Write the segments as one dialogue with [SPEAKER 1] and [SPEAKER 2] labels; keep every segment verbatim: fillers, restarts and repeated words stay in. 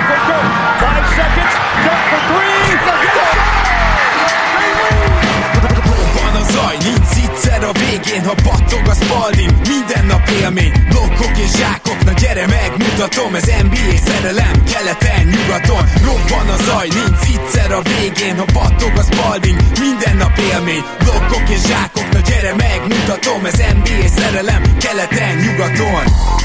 [SPEAKER 1] for Dirk. Five seconds. Dirk for three.
[SPEAKER 2] Van a zaj, nincs egyszer a végén, ha battog a Spalding, minden nap élmény, blokkok és zsákok, na gyere megmutatom, ez en bé á szerelem, keleten, nyugaton, robban a zaj, nincs egyszer a végén, ha battog a Spalding, minden nap élmény, blokkok és zsákok, na gyere megmutatom, ez en bé á szerelem, keleten, nyugaton.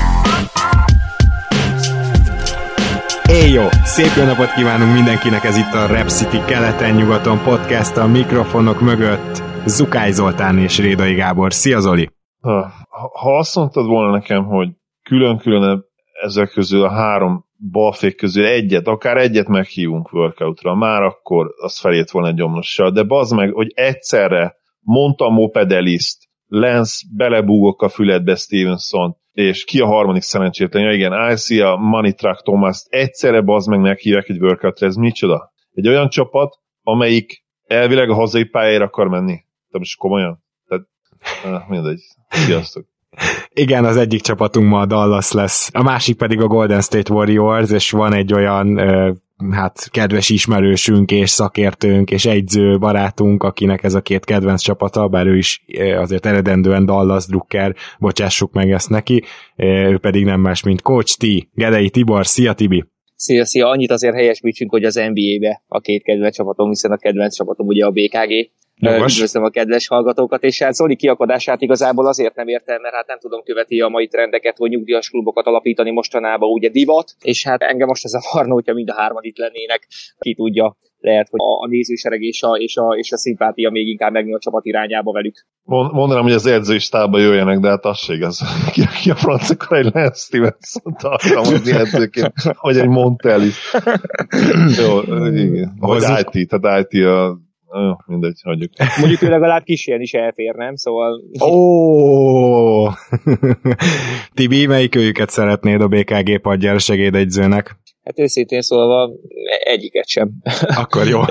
[SPEAKER 3] Éjjó! Szép jó napot kívánunk mindenkinek, ez itt a Rap City keleten-nyugaton podcast, a mikrofonok mögött Zukály Zoltán és Rédai Gábor. Szia Zoli!
[SPEAKER 4] Ha, ha azt mondtad volna nekem, hogy külön-külön ezek közül a három balfék közül egyet, akár egyet meghívunk workoutra, már akkor az felét volna egy gyomrossal, de bazd meg, hogy egyszerre mondta a Mopedeliszt, Lance belebúgok a füledbe Stevenson, és ki a harmadik szerencsétlen? Ja igen, I C a Money Truck Thomas-t egyszerre bazd meg meghívják egy workoutra, ez micsoda? Egy olyan csapat, amelyik elvileg a hazai pályára akar menni. De most komolyan? Tehát, ah, mindegy. Sziasztok.
[SPEAKER 3] Igen, az egyik csapatunk ma a Dallas lesz, a másik pedig a Golden State Warriors, és van egy olyan uh, hát kedves ismerősünk és szakértőnk és egyző barátunk, akinek ez a két kedvenc csapata, bár ő is azért eredendően Dallas drukker, bocsássuk meg ezt neki, ő pedig nem más, mint Coach T, Gedei Tibor. Szia Tibi!
[SPEAKER 5] Szia, szia! Annyit azért helyesbítsünk, hogy az en bé á-be a két kedvenc csapatom, hiszen a kedvenc csapatom ugye a bé ká gé. Üdvözlöm a kedves hallgatókat, és hát Zoli kiakadását igazából azért nem értem, mert hát nem tudom követni a mai trendeket, hogy nyugdíjas klubokat alapítani mostanában ugye divat, és hát engem most ez a varna, hogyha mind a hárman itt lennének, ki tudja, lehet, hogy a nézősereg és a, és a, és a szimpátia még inkább megnő a csapat irányába velük.
[SPEAKER 4] Mondanám, hogy az edzői stábba jöjjenek, de hát az se igaz. Ki, ki a francokra egy Lance Stevenson alkalmazni edzőként, vagy egy Montelli. Jó, igen. Vagy i té, tehát i té a Jó, mindegy, hagyjuk.
[SPEAKER 5] Mondjuk ő legalább kis ilyen is elfér, nem? Szóval...
[SPEAKER 3] Ó, oh! Tibi, melyik őjüket szeretnéd a bé ká gé padjára segédegyzőnek?
[SPEAKER 5] Hát őszintén szólva egyiket sem.
[SPEAKER 3] Akkor jó.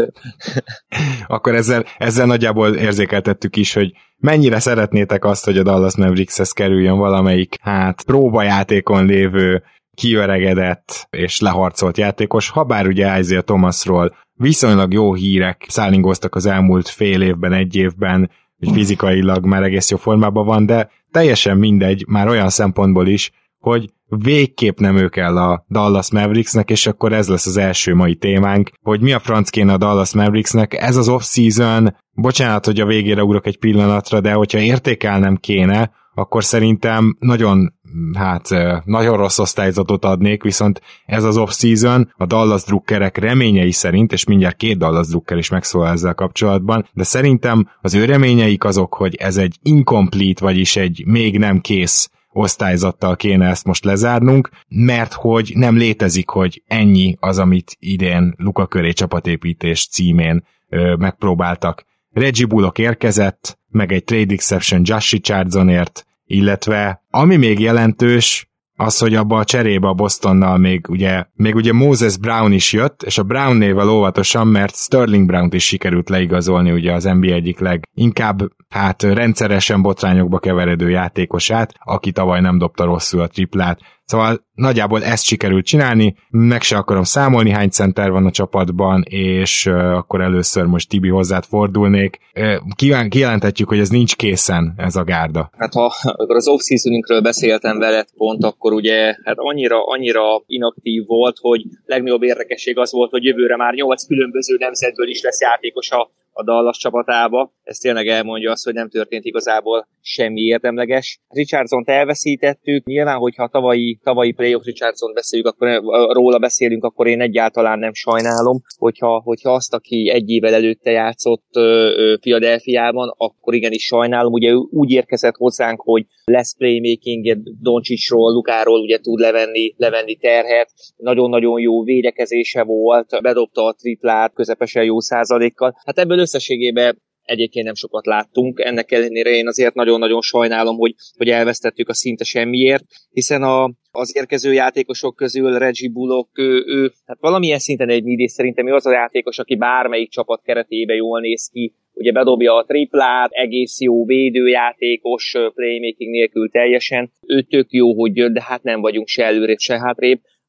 [SPEAKER 3] Akkor ezzel, ezzel nagyjából érzékeltettük is, hogy mennyire szeretnétek azt, hogy a Dallas Maverickshez kerüljön valamelyik, hát próbajátékon lévő, kiöregedett és leharcolt játékos, habár ugye Isaiah Thomasról viszonylag jó hírek szállingoztak az elmúlt fél évben, egy évben, hogy fizikailag már egész jó formában van, de teljesen mindegy, már olyan szempontból is, hogy végképp nem ő kell a Dallas Mavericksnek, és akkor ez lesz az első mai témánk, hogy mi a franc kéne a Dallas Mavericksnek. Ez az off-season, bocsánat, hogy a végére ugrok egy pillanatra, de hogyha értékelnem kéne, akkor szerintem nagyon, hát nagyon rossz osztályzatot adnék, viszont ez az off-season a Dallas drukkerek reményei szerint, és mindjárt két Dallas drukker is megszólal ezzel kapcsolatban, de szerintem az ő reményeik azok, hogy ez egy incomplete, vagyis egy még nem kész osztályzattal kéne ezt most lezárnunk, mert hogy nem létezik, hogy ennyi az, amit idén Luka köré csapatépítés címén ö, megpróbáltak. Reggie Bullock érkezett, meg egy trade exception Josh Richardsonért, illetve ami még jelentős, az, hogy abba a cserébe a Bostonnal még ugye, még ugye Moses Brown is jött, és a Brown névvel óvatosan, mert Sterling Brownt is sikerült leigazolni ugye az en bé á egyik leginkább hát rendszeresen botrányokba keveredő játékosát, aki tavaly nem dobta rosszul a triplát. Szóval nagyjából ezt sikerült csinálni, meg se akarom számolni, hány center van a csapatban, és uh, akkor először most Tibi hozzád fordulnék. Uh, kijelentetjük, hogy ez nincs készen, ez a gárda.
[SPEAKER 5] Hát ha akkor az off-seasonünkről beszéltem veled pont, akkor ugye hát annyira, annyira inaktív volt, hogy legnagyobb érdekesség az volt, hogy jövőre már nyolc különböző nemzetből is lesz játékos a a Dallas csapatába. Ez tényleg elmondja azt, hogy nem történt igazából semmi érdemleges. Richardsont elveszítettük. Nyilván, hogyha a tavalyi, tavalyi playoff Richardson beszéljük, akkor róla beszélünk, akkor én egyáltalán nem sajnálom, hogyha, hogyha azt, aki egy évvel előtte játszott Philadelphiában, akkor igenis sajnálom. Ugye ő úgy érkezett hozzánk, hogy lesz playmaking, Doncsicsról, Lukáról ugye tud levenni, levenni terhet. Nagyon-nagyon jó védekezése volt, bedobta a triplát közepesen jó százalékkal. Hát ebből összességében egyébként nem sokat láttunk, ennek ellenére én azért nagyon-nagyon sajnálom, hogy, hogy elvesztettük a szinte semmiért, hiszen a, az érkező játékosok közül Reggie Bullock, ő, ő hát valamilyen szinten egy idés szerintem ő az a játékos, aki bármelyik csapat keretében jól néz ki, ugye bedobja a triplát, egész jó védőjátékos, playmaking nélkül teljesen, ő tök jó, hogy jön, de hát nem vagyunk se előrébb, se hátrébb.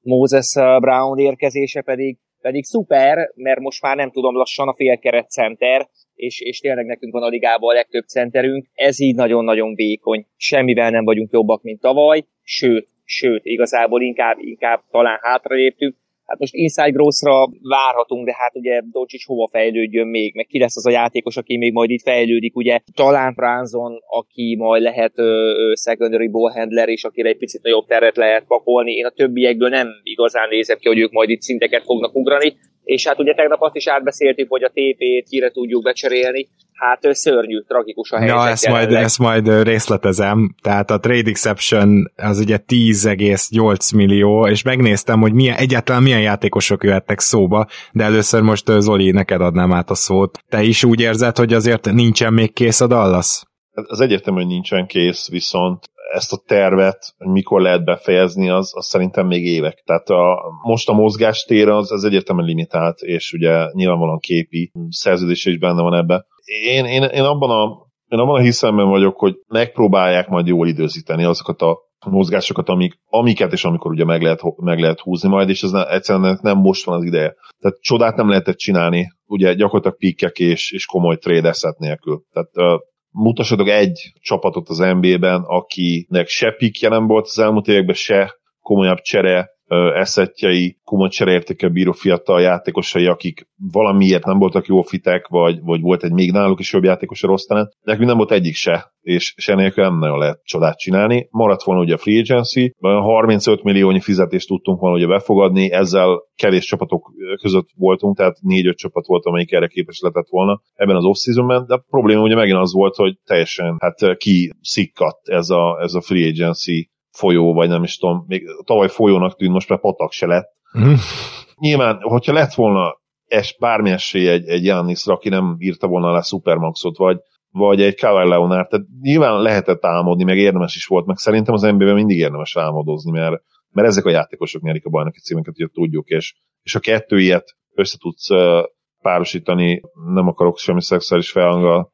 [SPEAKER 5] Moses Brown érkezése pedig, pedig szuper, mert most már nem tudom, lassan a félkeret center, és, és tényleg nekünk van a ligában a legtöbb centerünk. Ez így nagyon-nagyon vékony. Semmivel nem vagyunk jobbak, mint tavaly, sőt, sőt, igazából inkább, inkább talán hátraléptünk. Hát most inside growth-ra várhatunk, de hát ugye Doncic hova fejlődjön még, meg ki lesz az a játékos, aki még majd itt fejlődik, ugye talán Brunson, aki majd lehet ö, ö, secondary ball handler, és akire egy picit nagyobb teret lehet pakolni. Én a többiekből nem igazán nézem ki, hogy ők majd itt szinteket fognak ugrani, és hát ugye tegnap azt is átbeszéltük, hogy a té pét kire tudjuk becserélni, hát szörnyű, tragikus a helyzet.
[SPEAKER 3] Ja, ezt majd, ezt majd részletezem, tehát a trade exception az ugye tíz egész nyolc millió, és megnéztem, hogy milyen, egyáltalán milyen játékosok jöhettek szóba, de először most Zoli, neked adnám át a szót. Te is úgy érzed, hogy azért nincsen még kész a Dallas?
[SPEAKER 4] Az egyértelmű, hogy nincsen kész, viszont ezt a tervet, hogy mikor lehet befejezni, az, az szerintem még évek. Tehát a, most a mozgástér az, az egyértelműen limitált, és ugye nyilvánvalóan képi szerződése is benne van ebbe. Én, én, én, abban a, én abban a hiszemben vagyok, hogy megpróbálják majd jól időzíteni azokat a mozgásokat, amik, amiket és amikor ugye meg lehet, meg lehet húzni majd, és ez ne, egyszerűen nem most van az ideje. Tehát csodát nem lehetett csinálni, ugye gyakorlatilag pikkek és, és komoly trade asset nélkül. Tehát uh, mutassatok egy csapatot az en bé á-ben, akinek se pikkje nem volt az elmúlt években, se komolyabb csere eszettjei, komoly csereértékkel bíró fiatal játékosai, akik valamiért nem voltak jó fitek, vagy, vagy volt egy még náluk is jobb játékos a rossz talán. Nekünk nem volt egyik se, és se nélkül nem nagyon lehet csodát csinálni. Maradt volna ugye a free agency, harmincöt milliónyi fizetést tudtunk volna ugye befogadni, ezzel kevés csapatok között voltunk, tehát négy-öt csapat volt, amelyik erre képes lehetett volna ebben az off-seasonben, de a probléma ugye megint az volt, hogy teljesen hát kiszikkadt ez a, ez a free agency folyó, vagy nem is tudom, még tavaly folyónak tűnt, most már patak se lett. Mm. Nyilván, hogyha lett volna es, bármi esély egy, egy Giannisra, aki nem írta volna le Supermaxot, vagy, vagy egy Kawhi Leonard, tehát nyilván lehetett álmodni, meg érdemes is volt, meg szerintem az en bé á-ben mindig érdemes álmodozni, mert, mert ezek a játékosok nyerik a bajnoki címeket, hogy tudjuk, és, és a kettő ilyet össze tudsz uh, párosítani, nem akarok semmi szexuális felhanggal,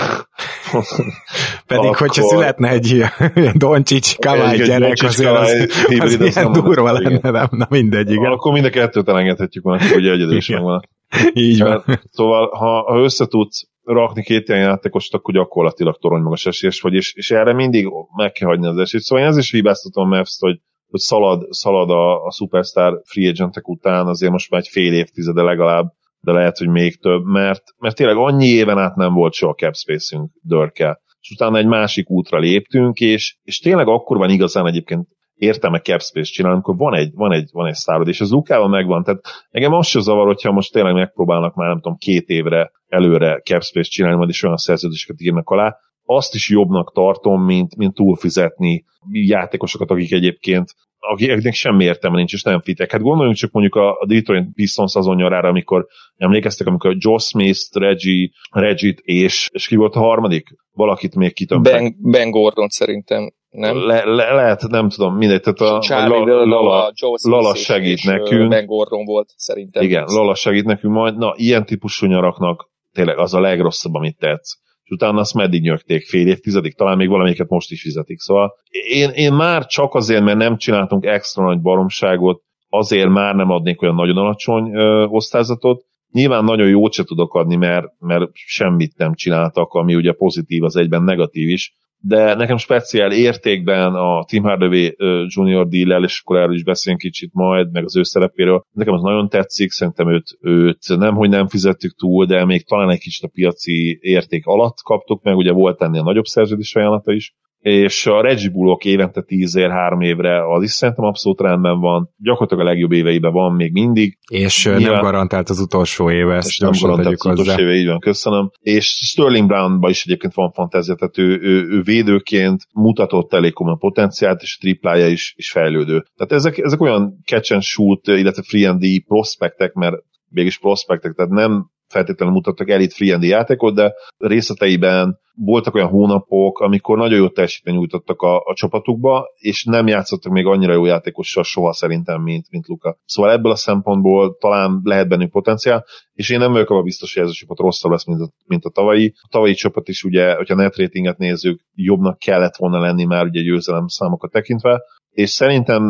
[SPEAKER 3] Pedig, akkor... hogyha születne egy ilyen Doncic, Kawhi gyerek, azért az, az, az ilyen durva lenne, nem? Na mindegy, igen.
[SPEAKER 4] Akkor mind a kettőt elengedhetjük volna, hogy egyedül is megvan.
[SPEAKER 3] Így van.
[SPEAKER 4] Szóval, ha, ha össze tudsz rakni két ilyen játékost, akkor gyakorlatilag toronymagas esélyes vagy, és, és erre mindig meg kell hagyni az esélyt. Szóval én ez is hibáztatom a Mavs-t, hogy, hogy szalad, szalad a, a superstar free agentek után, azért most már egy fél évtizede legalább, de lehet, hogy még több, mert, mert tényleg annyi éven át nem volt soha cap space-ünk Dörkkel. És utána egy másik útra léptünk, és, és tényleg akkor van igazán egyébként értelme cap space csinálni, amikor van egy, van egy, van egy sztárod, és az Lukával megvan. Tehát engem az se zavar, hogyha most tényleg megpróbálnak már nem tudom két évre előre cap space csinálni, majd is olyan szerződéseket írnak alá. Azt is jobbnak tartom, mint, mint túlfizetni játékosokat, akik egyébként akiknek semmi értelme nincs, és nem fitek. Hát gondoljunk csak mondjuk a, a Detroit Pistons azon nyarára, amikor emlékeztek, amikor Josh Smith, Reggie, Reggie-t és, és ki volt a harmadik? Valakit még kitömtek.
[SPEAKER 5] Ben, Ben Gordon szerintem, nem?
[SPEAKER 4] Le, le, lehet, nem tudom, mindegy. Tehát a,
[SPEAKER 5] Charlie,
[SPEAKER 4] a Lala,
[SPEAKER 5] Lala,
[SPEAKER 4] Lala segít nekünk.
[SPEAKER 5] Ben Gordon volt szerintem.
[SPEAKER 4] Igen, Lala segít nekünk majd. Na, ilyen típusú nyaraknak tényleg az a legrosszabb, amit tetsz. És utána azt meddig nyögték, fél évtizedig, talán még valamelyiket most is fizetik. Szóval én, én már csak azért, mert nem csináltunk extra nagy baromságot, azért már nem adnék olyan nagyon alacsony ö, osztályzatot. Nyilván nagyon jót se tudok adni, mert, mert semmit nem csináltak, ami ugye pozitív, az egyben negatív is. De nekem speciál értékben a Tim Hardaway junior deal-el, és akkor erről is beszélünk kicsit majd, meg az ő szerepéről. Nekem az nagyon tetszik, szerintem őt, őt nemhogy nem fizettük túl, de még talán egy kicsit a piaci érték alatt kaptuk, meg ugye volt ennél nagyobb szerződés ajánlata is. És a Reggie Bullock évente tízért három évre, az is szerintem abszolút rendben van. Gyakorlatilag a legjobb éveiben van még mindig.
[SPEAKER 3] És nyilván, nem garantált az utolsó éve, ezt
[SPEAKER 4] nem garantált az utolsó éve, így van, köszönöm. És Sterling Brownban is egyébként van fantázia, tehát ő, ő, ő védőként mutatott elég komoly potenciált, és a triplája is, is fejlődő. Tehát ezek, ezek olyan catch and shoot, illetve free and D prospektek, mert mégis prospektek, tehát nem feltétlenül mutattak elit free and D játékot, de részleteiben voltak olyan hónapok, amikor nagyon jó teljesítmény nyújtottak a, a csapatukba, és nem játszottak még annyira jó játékossal soha szerintem, mint, mint Luka. Szóval ebből a szempontból talán lehet bennük potenciál, és én nem vagyok abban biztos, hogy ez a csapat rosszabb lesz, mint a, mint a tavalyi. A tavalyi csapat is ugye, hogyha net ratinget nézzük, jobbnak kellett volna lenni már ugye győzelem számokat tekintve, és szerintem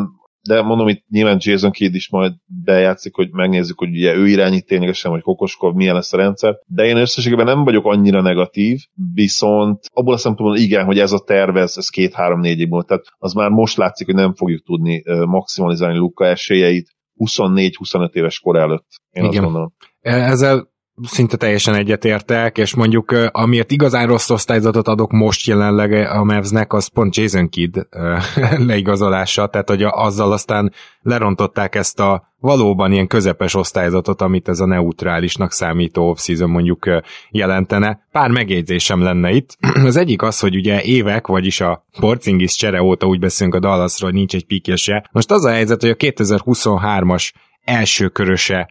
[SPEAKER 4] de mondom, itt nyilván Jason Kidd is majd bejátszik, hogy megnézzük, hogy ugye ő irányít ténylegesen, vagy Kokoskov, milyen lesz a rendszer, de én összességében nem vagyok annyira negatív, viszont abból a szempontból igen, hogy ez a terv, ez, ez két-három-négy év volt, tehát az már most látszik, hogy nem fogjuk tudni maximalizálni Luka esélyeit huszonnégy-huszonöt éves kor előtt. Én igen. Azt gondolom.
[SPEAKER 3] Ezzel szinte teljesen egyetértek, és mondjuk amiért igazán rossz osztályzatot adok most jelenleg a Mavsnek, az pont Jason Kidd leigazolása, tehát hogy azzal aztán lerontották ezt a valóban ilyen közepes osztályzatot, amit ez a neutrálisnak számító off-season mondjuk jelentene. Pár megjegyzésem lenne itt. Az egyik az, hogy ugye évek, vagyis a Porzingis csere óta úgy beszélünk a Dallasról, hogy nincs egy pikje. Most az a helyzet, hogy a kétezer-huszonhármas első köröse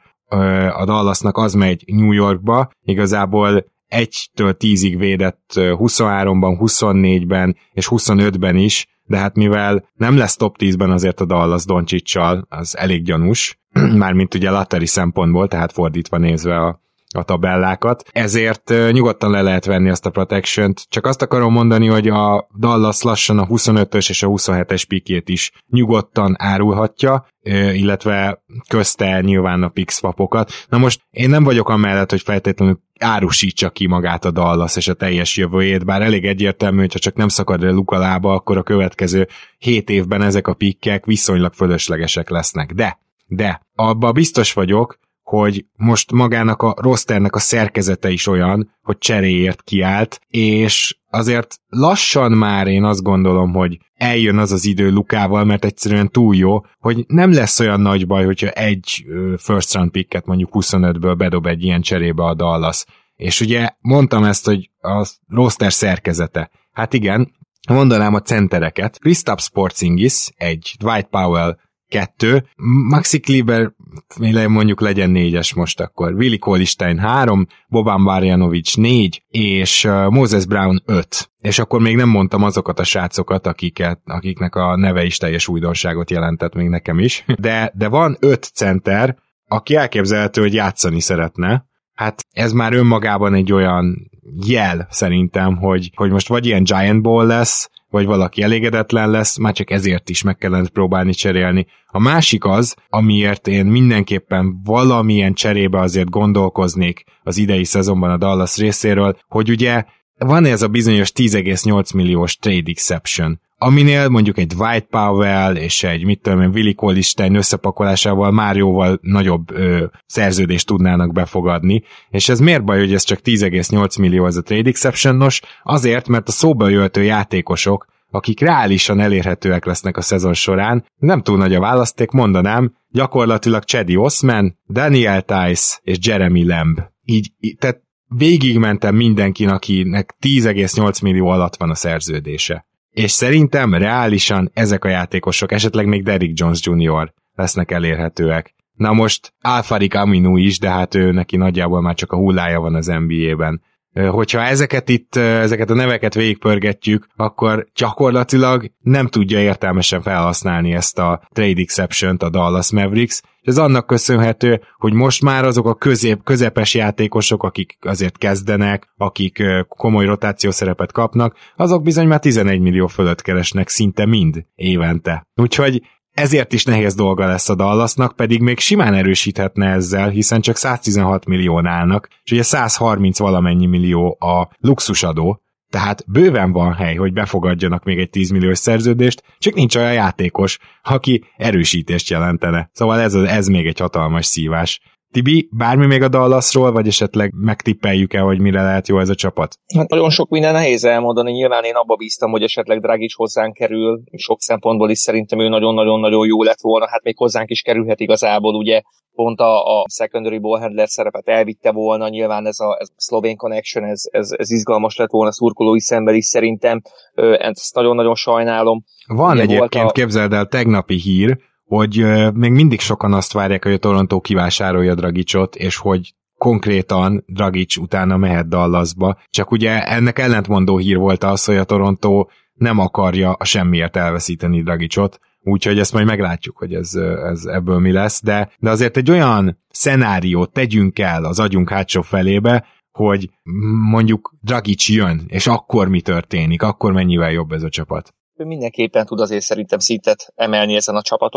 [SPEAKER 3] a Dallasnak az megy New Yorkba, igazából egytől tízig védett huszonháromban, huszonnégyben és huszonötben is, de hát mivel nem lesz top tízben azért a Dallas Doncsicsal, az elég gyanús, mármint ugye lottery szempontból, tehát fordítva nézve a a tabellákat, ezért uh, nyugodtan le lehet venni azt a protection-t. Csak azt akarom mondani, hogy a Dallas lassan a huszonötös és a huszonhetes pikét is nyugodtan árulhatja, uh, illetve közte nyilván a pick swapokat. Na most én nem vagyok amellett, hogy feltétlenül árusítsa ki magát a Dallas és a teljes jövőjét, bár elég egyértelmű, hogyha csak nem szakad le Luka lába, akkor a következő hét évben ezek a pikkek viszonylag fölöslegesek lesznek. De, de, abba biztos vagyok, hogy most magának a rosternek a szerkezete is olyan, hogy cseréért kiállt, és azért lassan már én azt gondolom, hogy eljön az az idő Lukával, mert egyszerűen túl jó, hogy nem lesz olyan nagy baj, hogyha egy first round picket mondjuk huszonötből bedob egy ilyen cserébe a Dallas. És ugye mondtam ezt, hogy a roster szerkezete. Hát igen, mondanám a centereket. Kristaps Porzingis, egy, Dwight Powell kettő, Maxi Kleber mondjuk legyen négyes most akkor, Willi Cauley-Stein három, Boban Marjanovic négy, és Moses Brown öt. És akkor még nem mondtam azokat a srácokat, akiket, akiknek a neve is teljes újdonságot jelentett még nekem is. De, de van öt center, aki elképzelhető, hogy játszani szeretne. Hát ez már önmagában egy olyan jel szerintem, hogy, hogy most vagy ilyen giant ball lesz, vagy valaki elégedetlen lesz, már csak ezért is meg kellene próbálni cserélni. A másik az, amiért én mindenképpen valamilyen cserébe azért gondolkoznék az idei szezonban a Dallas részéről, hogy ugye van ez a bizonyos tíz egész nyolc milliós trade exception, aminél mondjuk egy Dwight Powell és egy, mit tudom én, Willi Cauley-Stein összepakolásával már jóval nagyobb ö, szerződést tudnának befogadni, és ez miért baj, hogy ez csak tíz egész nyolc millió ez a trade exception? Nos, azért, mert a szóba jöhető játékosok, akik reálisan elérhetőek lesznek a szezon során, nem túl nagy a választék, mondanám, gyakorlatilag Cedi Osman, Daniel Tice és Jeremy Lamb. Így, így tehát végigmentem mindenkin, akinek tíz egész nyolc millió alatt van a szerződése. És szerintem reálisan ezek a játékosok, esetleg még Derrick Jones junior lesznek elérhetőek. Na most Al-Farid Aminu is, de hát ő neki nagyjából már csak a hullája van az en bé á-ben. Hogyha ezeket itt, ezeket a neveket végigpörgetjük, akkor gyakorlatilag nem tudja értelmesen felhasználni ezt a trade exception-t a Dallas Mavericks, és ez annak köszönhető, hogy most már azok a közép, közepes játékosok, akik azért kezdenek, akik komoly rotációszerepet kapnak, azok bizony már tizenegy millió fölött keresnek szinte mind évente. Úgyhogy ezért is nehéz dolga lesz a Dallasnak, pedig még simán erősíthetne ezzel, hiszen csak száztizenhat millión állnak, és ugye száz harminc valamennyi millió a luxusadó, tehát bőven van hely, hogy befogadjanak még egy tíz milliós szerződést, csak nincs olyan játékos, aki erősítést jelentene. Szóval ez, ez még egy hatalmas szívás. Tibi, bármi még a Dallasról, vagy esetleg megtippeljük-e, hogy mire lehet jó ez a csapat?
[SPEAKER 5] Hát nagyon sok minden nehéz elmondani, nyilván én abba bíztam, hogy esetleg Dragic hozzánk kerül, sok szempontból is szerintem ő nagyon-nagyon-nagyon jó lett volna, hát még hozzánk is kerülhet igazából, ugye pont a, a secondary ballhandler szerepet elvitte volna, nyilván ez a, ez a Slovén connection, ez, ez, ez izgalmas lett volna szurkolói szemben is szerintem, ezt nagyon-nagyon sajnálom.
[SPEAKER 3] Van ugye egyébként, a... képzeld el, tegnapi hír, hogy uh, még mindig sokan azt várják, hogy a Toronto kivásárolja Dragicot, és hogy konkrétan Dragic utána mehet Dallasba. Csak ugye ennek ellentmondó hír volt az, hogy a Toronto nem akarja a semmiért elveszíteni Dragicot, úgyhogy ezt majd meglátjuk, hogy ez, ez ebből mi lesz, de, de azért egy olyan szenáriót tegyünk el az agyunk hátsó felébe, hogy mondjuk Dragic jön, és akkor mi történik, akkor mennyivel jobb ez a csapat.
[SPEAKER 5] Ő mindenképpen tud azért szerintem szintet emelni ezen a csapaton.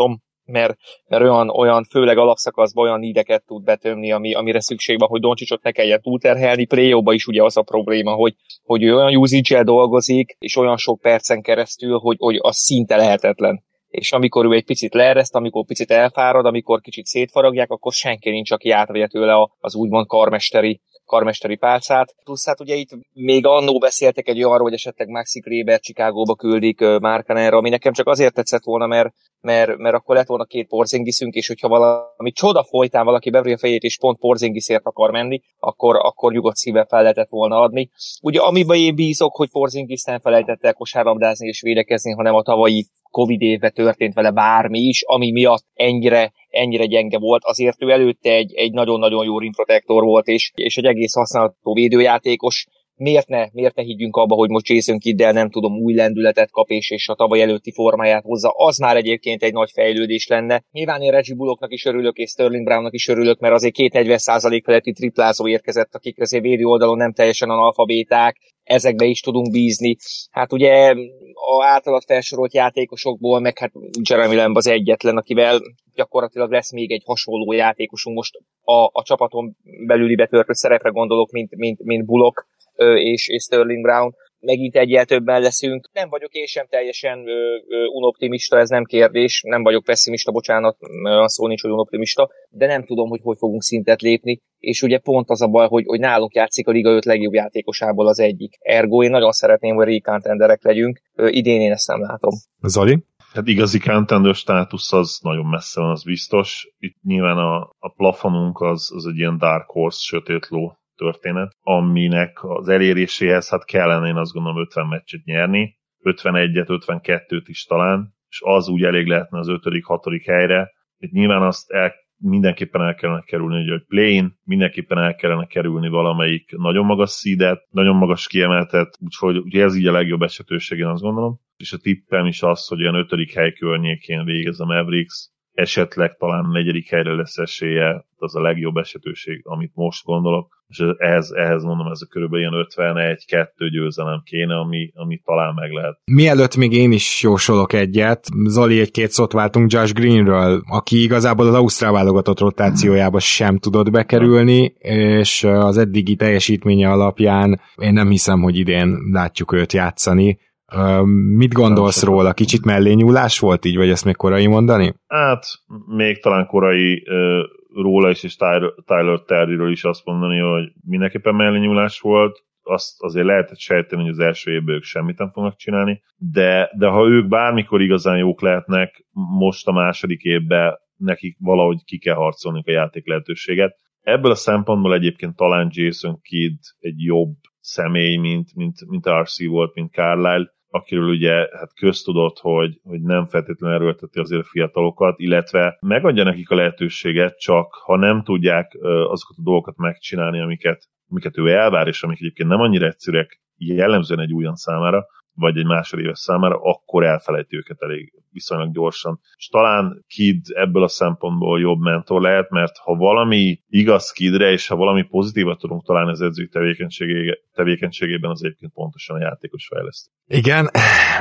[SPEAKER 5] mert, mert olyan, olyan, főleg alapszakaszban olyan ídeket tud betömni, ami, amire szükség van, hogy Doncsicsot ne kelljen túlterhelni. Play-offban is ugye az a probléma, hogy, hogy ő olyan usage-el dolgozik, és olyan sok percen keresztül, hogy, hogy az szinte lehetetlen. És amikor ő egy picit leereszt, amikor picit elfárad, amikor kicsit szétfaragják, akkor senki nincs, aki átvegye tőle az úgymond karmesteri, karmesteri pálcát. Plusz hát ugye itt még annó beszéltek egy arról, hogy esetleg Maxi Kleber Chicagóba küldik Markkanenre, ami nekem csak azért tetszett volna, mert, mert, mert akkor lett volna két Porzingisünk, és hogyha valami csoda folytán valaki bevri a fejét, és pont Porzingisért akar menni, akkor, akkor nyugodt szívvel fel lehetett volna adni. Ugye amiben én bízok, hogy Porzingis nem felejtett el kosárlabdázni és védekezni, hanem a tavalyi Covid évben történt vele bármi is, ami miatt ennyire, ennyire gyenge volt. Azért ő előtte egy, egy nagyon-nagyon jó rim protector volt, és, és egy egész használható védőjátékos. Miért ne, miért ne higgyünk abba, hogy most Jason Kidd-del nem tudom, új lendületet kap, és, és a tavaly előtti formáját hozza. Az már egyébként egy nagy fejlődés lenne. Nyilván én Reggie Bullocknak is örülök, és Sterling Brownnak is örülök, mert azért két negyven százalék feletti triplázó érkezett, akik azért védő oldalon nem teljesen analfabéták, ezekbe is tudunk bízni. Hát ugye a általad felsorolt játékosokból, meg hát Jeremy Lamb az egyetlen, akivel gyakorlatilag lesz még egy hasonló játékosunk. Most a, a csapaton belüli betöltött szerepre gondolok, mint, mint, mint Bullock és, és Sterling Brown. Megint egyel többen leszünk. Nem vagyok én sem teljesen ö, ö, unoptimista, ez nem kérdés. Nem vagyok pessimista, bocsánat, olyan szó nincs, hogy unoptimista, de nem tudom, hogy hogy fogunk szintet lépni. És ugye pont az a baj, hogy, hogy nálunk játszik a liga öt legjobb játékosából az egyik. Ergo én nagyon szeretném, hogy recontenderek legyünk. Ö, idén én ezt nem látom.
[SPEAKER 3] Zoli?
[SPEAKER 4] Hát igazi contender státusz az nagyon messze van, az biztos. Itt nyilván a, a plafonunk az, az egy ilyen dark horse, sötét ló történet, aminek az eléréséhez hát kellene, én azt gondolom, ötven meccset nyerni, ötvenegyet, ötvenkettőt is talán, és az úgy elég lehetne az ötödik, hatodik helyre. Itt nyilván azt el, mindenképpen el kellene kerülni, hogy play-in, mindenképpen el kellene kerülni valamelyik nagyon magas seedet, nagyon magas kiemeltet, úgyhogy, úgyhogy ez így a legjobb esetőség, én azt gondolom. És a tippem is az, hogy olyan ötödik hely környékén végez a Mavericks, esetleg talán negyedik helyre lesz esélye, az a legjobb esetőség, amit most gondolok, és ehhez, ehhez mondom, ez a körülbelül ilyen ötvenegy kettő győzelem kéne, ami, ami talán meg lehet.
[SPEAKER 3] Mielőtt még én is jósolok egyet, Zoli, egy-két szót váltunk Josh Greenről, aki igazából az ausztrál válogatott rotációjába sem tudott bekerülni, és az eddigi teljesítménye alapján én nem hiszem, hogy idén látjuk őt játszani. Uh, mit gondolsz nem, róla? Kicsit mellényúlás volt így, vagy ezt még korai mondani?
[SPEAKER 4] Hát, még talán korai uh, róla is, és Tyler, Tyler Terryről is azt mondani, hogy mindenképpen mellényúlás volt, azt azért lehetett sejteni, hogy az első évben ők semmit nem fognak csinálni, de, de ha ők bármikor igazán jók lehetnek, most a második évben nekik valahogy ki kell harcolni a játék lehetőséget. Ebből a szempontból egyébként talán Jason Kidd egy jobb személy, mint, mint, mint er cé volt, mint Carlisle, akiről ugye hát köztudott, hogy, hogy nem feltétlenül erőlteti azért a fiatalokat, illetve megadja nekik a lehetőséget, csak ha nem tudják azokat a dolgokat megcsinálni, amiket, amiket ő elvár, és amik egyébként nem annyira egyszerűek jellemzően egy újon számára, vagy egy másodéves számára, akkor elfelejti őket elég viszonylag gyorsan. És talán Kidd ebből a szempontból jobb mentor lehet, mert ha valami igaz Kiddre, és ha valami pozitívat tudunk találni az edzői tevékenységé, tevékenységében, az egyébként pontosan a játékos fejlesztő.
[SPEAKER 3] Igen,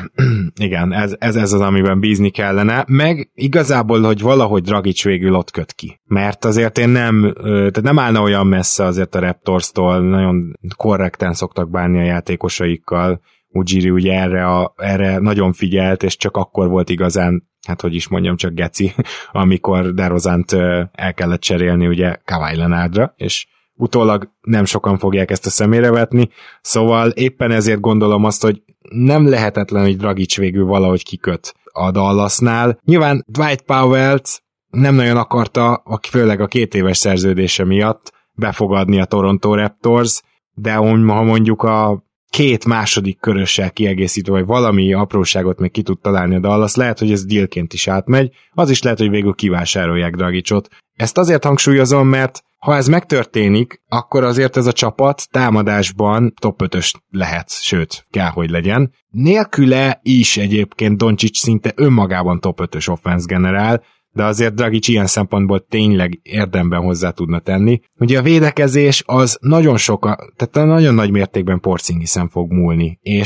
[SPEAKER 3] igen, ez, ez, ez az, amiben bízni kellene, meg igazából, hogy valahogy Dragic végül ott köt ki. Mert azért én nem, tehát nem állna olyan messze azért a Raptorstól, nagyon korrekten szoktak bánni a játékosaikkal. Ujiri ugye erre, a, erre nagyon figyelt, és csak akkor volt igazán, hát hogy is mondjam, csak geci, amikor DeRozant el kellett cserélni ugye Kawhi Leonardra, és utólag nem sokan fogják ezt a szemére vetni, szóval éppen ezért gondolom azt, hogy nem lehetetlen, hogy Dragic végül valahogy kiköt a Dallasnál. Nyilván Dwight Powell-t nem nagyon akarta, főleg a két éves szerződése miatt befogadni a Toronto Raptors, de ha mondjuk a két második körössel kiegészítve, vagy valami apróságot még ki tud találni a Dallas, lehet, hogy ez dealként is átmegy, az is lehet, hogy végül kivásárolják Dragicot. Ezt azért hangsúlyozom, mert ha ez megtörténik, akkor azért ez a csapat támadásban top ötös lehet, sőt, kell, hogy legyen. Nélküle is egyébként Doncic szinte önmagában top ötös offense generál, de azért Dragic ilyen szempontból tényleg érdemben hozzá tudna tenni. Ugye a védekezés az nagyon soka, tehát nagyon nagy mértékben Porzingisen fog múlni, és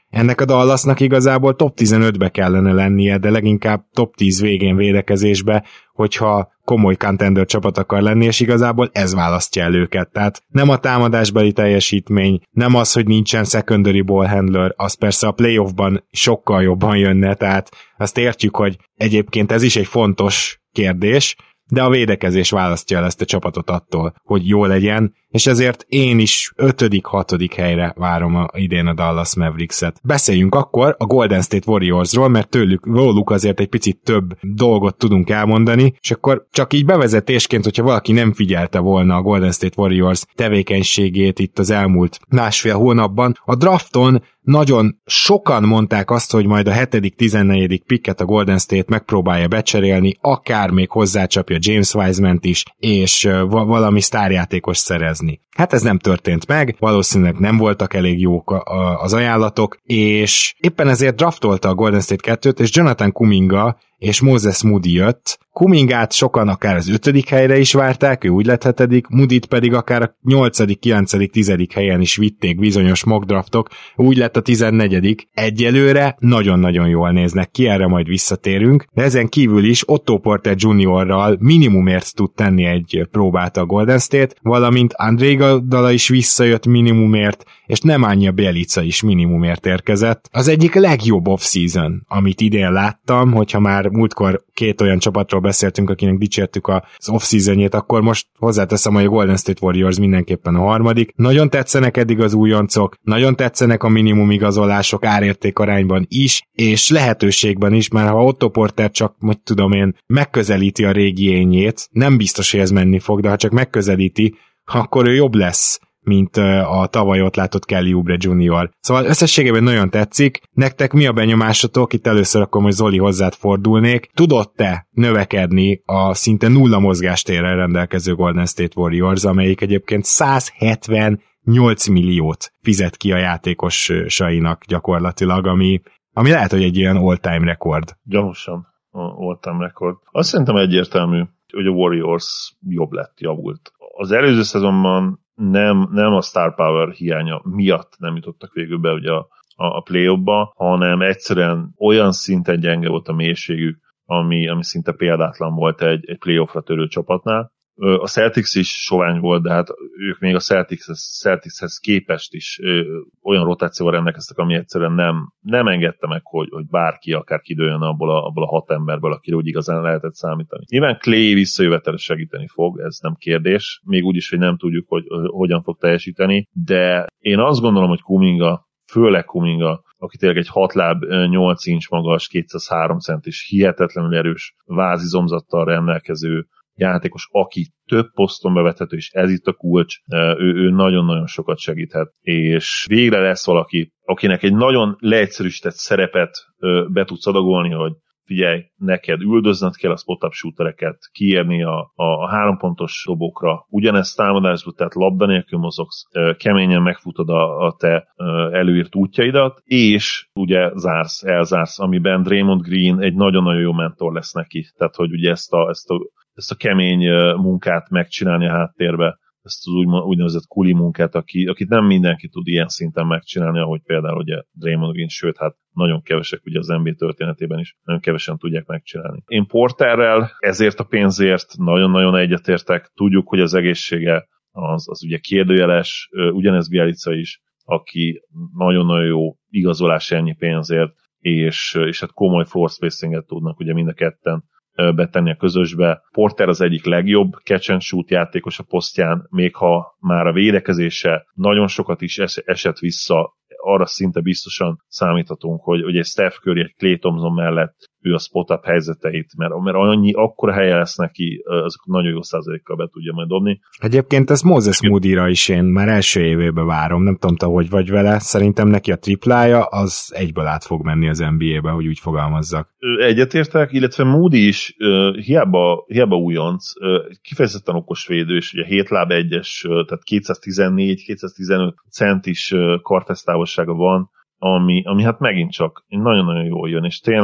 [SPEAKER 3] Ennek a Dallasnak igazából top tizenötbe kellene lennie, de leginkább top tíz végén védekezésbe, hogyha komoly contender csapat akar lenni, és igazából ez választja el őket. Tehát nem a támadásbeli teljesítmény, nem az, hogy nincsen secondary ball handler, az persze a playoffban sokkal jobban jönne, tehát azt értjük, hogy egyébként ez is egy fontos kérdés, de a védekezés választja el ezt a csapatot attól, hogy jó legyen, és ezért én is ötödik, hatodik helyre várom a, idén a Dallas Mavericks-et. Beszéljünk akkor a Golden State Warriorsról, mert tőlük, róluk azért egy picit több dolgot tudunk elmondani, és akkor csak így bevezetésként, hogyha valaki nem figyelte volna a Golden State Warriors tevékenységét itt az elmúlt másfél hónapban, a drafton nagyon sokan mondták azt, hogy majd a hetedik tizennegyedik picket a Golden State megpróbálja becserélni, akár még hozzácsapja James Wiseman-t is, és uh, valami sztárjátékos szerezni. Hát ez nem történt meg, valószínűleg nem voltak elég jók a, a, az ajánlatok, és éppen ezért draftolta a Golden State kettőt, és Jonathan Kuminga és Moses Moody jött. Kumingát sokan akár az ötödik helyre is várták, ő úgy lett hetedik, Moodyt pedig akár a nyolcadik, kilencedik, tizedik helyen is vitték bizonyos mock draftok, úgy lett a tizennegyedik. Egyelőre nagyon-nagyon jól néznek ki, erre majd visszatérünk, de ezen kívül is Otto Porter juniorral minimumért tud tenni egy próbát a Golden State, valamint André Iguodala is visszajött minimumért, és Nemanja Bjelica is minimumért érkezett. Az egyik legjobb off-season, amit idén láttam, hogyha már múltkor két olyan csapatról beszéltünk, akinek dicsértük az off-seasonjét, akkor most hozzáteszem, hogy a Golden State Warriors mindenképpen a harmadik. Nagyon tetszenek eddig az újoncok, nagyon tetszenek a minimum igazolások árérték arányban is, és lehetőségben is, mert ha Otto Porter csak, hogy tudom én, megközelíti a régi ényét, nem biztos, hogy ez menni fog, de ha csak megközelíti, akkor ő jobb lesz, mint a tavaly ott látott Kelly Oubre junior Szóval összességében nagyon tetszik. Nektek mi a benyomásotok? Itt először akkor most Zoli hozzád fordulnék. Tudott-e növekedni a szinte nulla mozgástérrel rendelkező Golden State Warriors, amelyik egyébként száz hetvennyolc milliót fizet ki a játékosainak gyakorlatilag, ami, ami lehet, hogy egy ilyen all-time rekord.
[SPEAKER 4] Gyanúsan all-time rekord. Azt szerintem egyértelmű, hogy a Warriors jobb lett, javult. Az előző szezonban nem, nem a star power hiánya miatt nem jutottak végül be ugye a, a play-offba, hanem egyszerűen olyan szinten gyenge volt a mélységük, ami, ami szinte példátlan volt egy, egy play-offra törő csapatnál. A Celtics is sovány volt, de hát ők még a Celticshez, Celticshez képest is ö, olyan rotációval rendelkeztek, ami egyszerűen nem, nem engedte meg, hogy, hogy bárki akár kidőljön abból a, abból a hat emberből, akire úgy igazán lehetett számítani. Nyilván Clay visszajövetele segíteni fog, ez nem kérdés, még úgy is, hogy nem tudjuk, hogy, hogy hogyan fog teljesíteni, de én azt gondolom, hogy Kuminga, főleg Kuminga, aki tényleg egy hat láb, nyolc inch magas, kétszázhárom centis, hihetetlenül erős vázizomzattal rendelkező játékos, aki több poszton bevethető, és ez itt a kulcs, ő, ő nagyon-nagyon sokat segíthet, és végre lesz valaki, akinek egy nagyon leegyszerűsített szerepet be tudsz adagolni, hogy figyelj, neked üldözned kell a spot-up shootereket, kiérni a, a hárompontos dobokra, ugyanezt támadásból, tehát labda nélkül mozogsz, keményen megfutod a, a te előírt útjaidat, és ugye zársz, elzársz, amiben Draymond Green egy nagyon-nagyon jó mentor lesz neki, tehát hogy ugye ezt a, ezt a ezt a kemény munkát megcsinálni a háttérbe, ezt az úgynevezett kuli munkát, aki, akit nem mindenki tud ilyen szinten megcsinálni, ahogy például ugye Draymond Green, sőt, hát nagyon kevesek ugye az en bé á történetében is, nagyon kevesen tudják megcsinálni. Én Porterrel ezért a pénzért nagyon-nagyon egyetértek, tudjuk, hogy az egészsége az, az ugye kérdőjeles, ugyanez Bjelica is, aki nagyon-nagyon jó igazolás ennyi pénzért, és, és hát komoly floor spacinget tudnak ugye mind a ketten betenni a közösbe. Porter az egyik legjobb catch and shoot játékos a posztján, még ha már a védekezése nagyon sokat is es- esett vissza, arra szinte biztosan számíthatunk, hogy, hogy egy Steph Curry, egy Klay Thompson mellett ő a spot-up helyzeteit, mert, mert annyi, akkora helye lesz neki, azok nagyon jó százalékkal be tudja majd dobni.
[SPEAKER 3] Egyébként ez Moses Moody-ra is én már első évében várom, nem tudom te, hogy vagy vele, szerintem neki a triplája az egyből át fog menni az en bé á-be, hogy úgy fogalmazzak.
[SPEAKER 4] Egyetértek, illetve Moody is hiába, hiába újonc, kifejezetten okos védő, és ugye hét láb egyes, tehát kétszáztizennégy kétszáztizenöt centis kartesztávolsága van, ami, ami hát megint csak nagyon-nagyon jól jön, és tényleg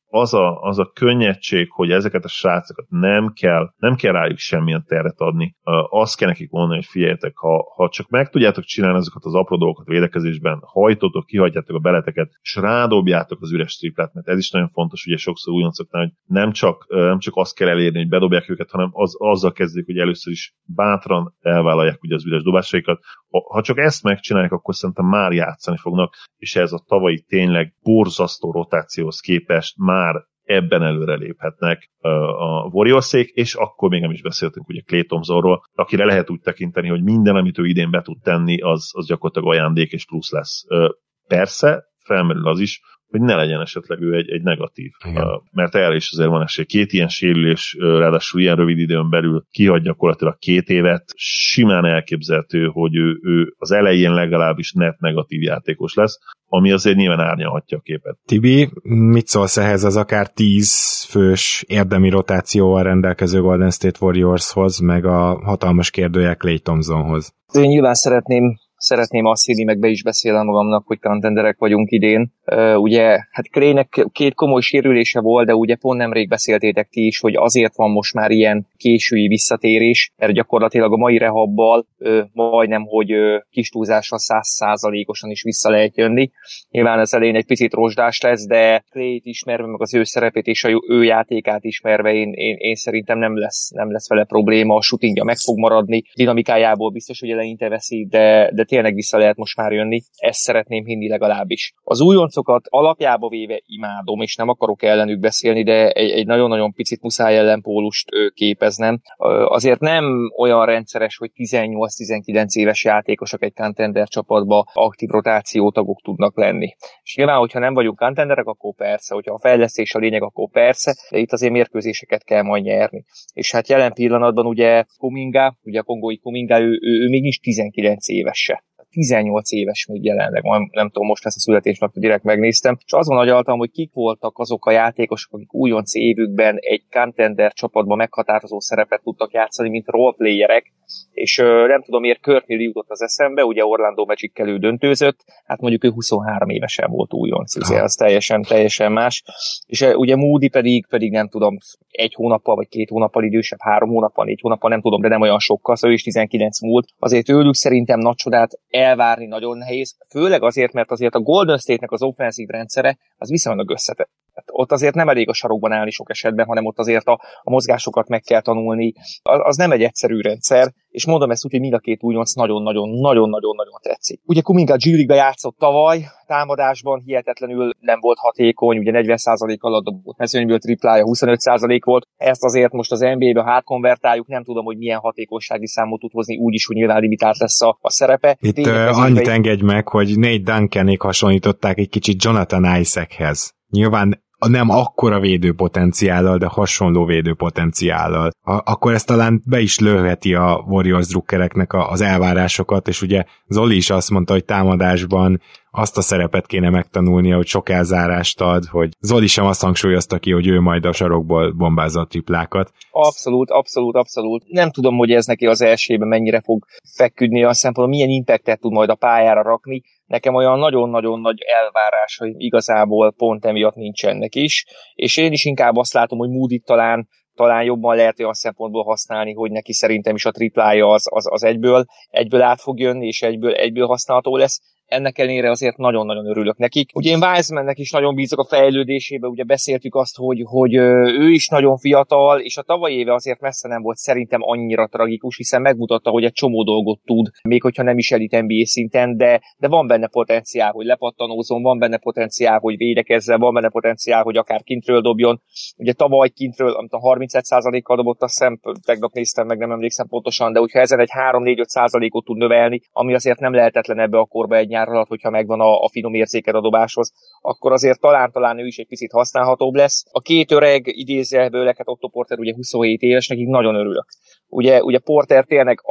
[SPEAKER 4] az a, az a könnyedség, hogy ezeket a srácokat nem kell, nem kell rájuk semmilyen terhet adni. Azt kell nekik mondani, hogy figyeljetek, ha, ha csak meg tudjátok csinálni azokat az apró dolgokat védekezésben, hajtótok, kihagyjátok a beleteket, és rádobjátok az üres triplát, mert ez is nagyon fontos, ugye sokszor újoncoknál, hogy nem csak, nem csak azt kell elérni, hogy bedobják őket, hanem az, azzal kezdik, hogy először is bátran elvállalják ugye az üres dobásaikat. Ha, ha csak ezt megcsinálják, akkor szerintem már játszani fognak, és ez a tavalyi tényleg borzasztó rotációhoz képest már ebben előreléphetnek a Warriorsék, és akkor még nem is beszéltünk ugye Klay Thompsonról, akire lehet úgy tekinteni, hogy minden, amit ő idén be tud tenni, az, az gyakorlatilag ajándék és plusz lesz. Persze, felmerül az is, hogy ne legyen esetleg ő egy, egy negatív. Igen. Mert erre is azért van esély. Két ilyen sérülés, ráadásul ilyen rövid időn belül kihagy gyakorlatilag két évet, simán elképzelhető, hogy ő, ő az elején legalábbis net negatív játékos lesz, ami azért nyilván árnyalhatja a képet.
[SPEAKER 3] Tibi, mit szólsz ehhez az akár tíz fős érdemi rotációval rendelkező Golden State Warriorshoz, meg a hatalmas kérdőjel Klay Thompsonhoz?
[SPEAKER 5] Én nyilván szeretném Szeretném azt hinni, meg be is beszélem magamnak, hogy contenderek vagyunk idén. Uh, ugye, hát Klaynek két komoly sérülése volt, de ugye pont nemrég beszéltétek ti is, hogy azért van most már ilyen késői visszatérés, mert gyakorlatilag a mai rehabbal uh, majdnem, hogy uh, kis túlzással száz százalékosan is vissza lehet jönni. Nyilván ez elején egy picit rozsdás lesz, de Klayt ismerve, meg az ő szerepét és a ő játékát ismerve én, én, én szerintem nem lesz, nem lesz vele probléma, a shootingja meg fog maradni, dinamikájából biztos, hogy eleinte veszi, de, de tényleg vissza lehet most már jönni, ezt szeretném hinni legalábbis. Az újoncokat alapjába véve imádom, és nem akarok ellenük beszélni, de egy, egy nagyon-nagyon picit muszáj ellenpólust képeznem. Azért nem olyan rendszeres, hogy tizennyolc-tizenkilenc éves játékosok egy contender csapatba aktív rotációtagok tudnak lenni. És nyilván, hogyha nem vagyunk contenderek, akkor persze, hogyha a fejlesztés a lényeg, akkor persze, de itt azért mérkőzéseket kell majd nyerni. És hát jelen pillanatban ugye Kuminga, ugye a kongói Kuminga, ő, ő, ő mégis tizenkilenc éves se. tizennyolc éves még jelenleg, nem tudom, most lesz a születésnapot, direkt megnéztem, és azon agyaltam, hogy kik voltak azok a játékosok, akik újonc évükben egy contender csapatban meghatározó szerepet tudtak játszani, mint roleplayerek, és uh, nem tudom, miért Courtney Lee jutott az eszembe, ugye Orlando Magic-kel ő döntőzött, hát mondjuk ő huszonhárom évesen volt újonc, ugye az teljesen, teljesen más, és uh, ugye Moody pedig, pedig nem tudom, egy hónappal, vagy két hónappal idősebb, három hónappal, négy hónappal, nem tudom, de nem olyan sokkal, szóval ő is tizenkilenc múlt, azért tőlük szerintem nagy csodát elvárni nagyon nehéz, főleg azért, mert azért a Golden State-nek az offenzív rendszere az viszonylag összetett. Ott azért nem elég a sarokban állni sok esetben, hanem ott azért a, a mozgásokat meg kell tanulni. Az, az nem egy egyszerű rendszer, és mondom ezt úgy, hogy mind a két újonc nagyon-nagyon-nagyon-nagyon-nagyon tetszik. Ugye Kuminga G League-be játszott tavaly, támadásban hihetetlenül nem volt hatékony, ugye negyven százalék alatt dobott mezőnyből, triplája huszonöt százalék volt. Ezt azért most az en bé á-be hátkonvertáljuk, nem tudom, hogy milyen hatékonysági számot tud hozni, úgyis, hogy nyilván limitált lesz a, a szerepe.
[SPEAKER 3] Itt uh, annyit engedj meg, hogy Nate Duncanék hasonlították egy kicsit Jonathan Isaachez. Nyilván nem akkora védőpotenciállal, de hasonló védőpotenciállal. A- akkor ez talán be is lőheti a Warriors drukkereknek a- az elvárásokat, és ugye Zoli is azt mondta, hogy támadásban azt a szerepet kéne megtanulnia, hogy sok elzárást ad, hogy Zoli sem azt hangsúlyozta ki, hogy ő majd a sarokból bombázza a triplákat.
[SPEAKER 5] Abszolút, abszolút, abszolút. Nem tudom, hogy ez neki az elsőben mennyire fog feküdni, a szempontból milyen impactet tud majd a pályára rakni. Nekem olyan nagyon-nagyon nagy elvárás, hogy igazából pont emiatt nincsenek is, és én is inkább azt látom, hogy Moody talán talán jobban lehet olyan szempontból használni, hogy neki szerintem is a triplája az, az, az egyből, egyből át fog jönni, és egyből, egyből használható lesz. Ennek ellenére azért nagyon-nagyon örülök nekik. Ugye én Wisemannek is nagyon bízok a fejlődésébe, ugye beszéltük azt, hogy, hogy ő is nagyon fiatal, és a tavalyi éve azért messze nem volt szerintem annyira tragikus, hiszen megmutatta, hogy egy csomó dolgot tud, még hogyha nem is elit en bé á szinten, de, de van benne potenciál, hogy lepattanózon, van benne potenciál, hogy védekezzen, van benne potenciál, hogy akár kintről dobjon. Ugye tavaly kintről, amit a harminc százalékkal dobott, azt hiszem, tegnap néztem meg, nem emlékszem pontosan, de hogyha ezen egy három-négy-öt százalékot tud növelni, ami azért nem lehetetlen ebbe a korba egy nyár alatt, hogyha megvan a, a finom érzéked a dobáshoz, akkor azért talán-talán ő is egy picit használhatóbb lesz. A két öreg idézőjelből, hát Otto Porter ugye huszonhét éves, nekik nagyon örülök. Ugye, ugye Porter tényleg azt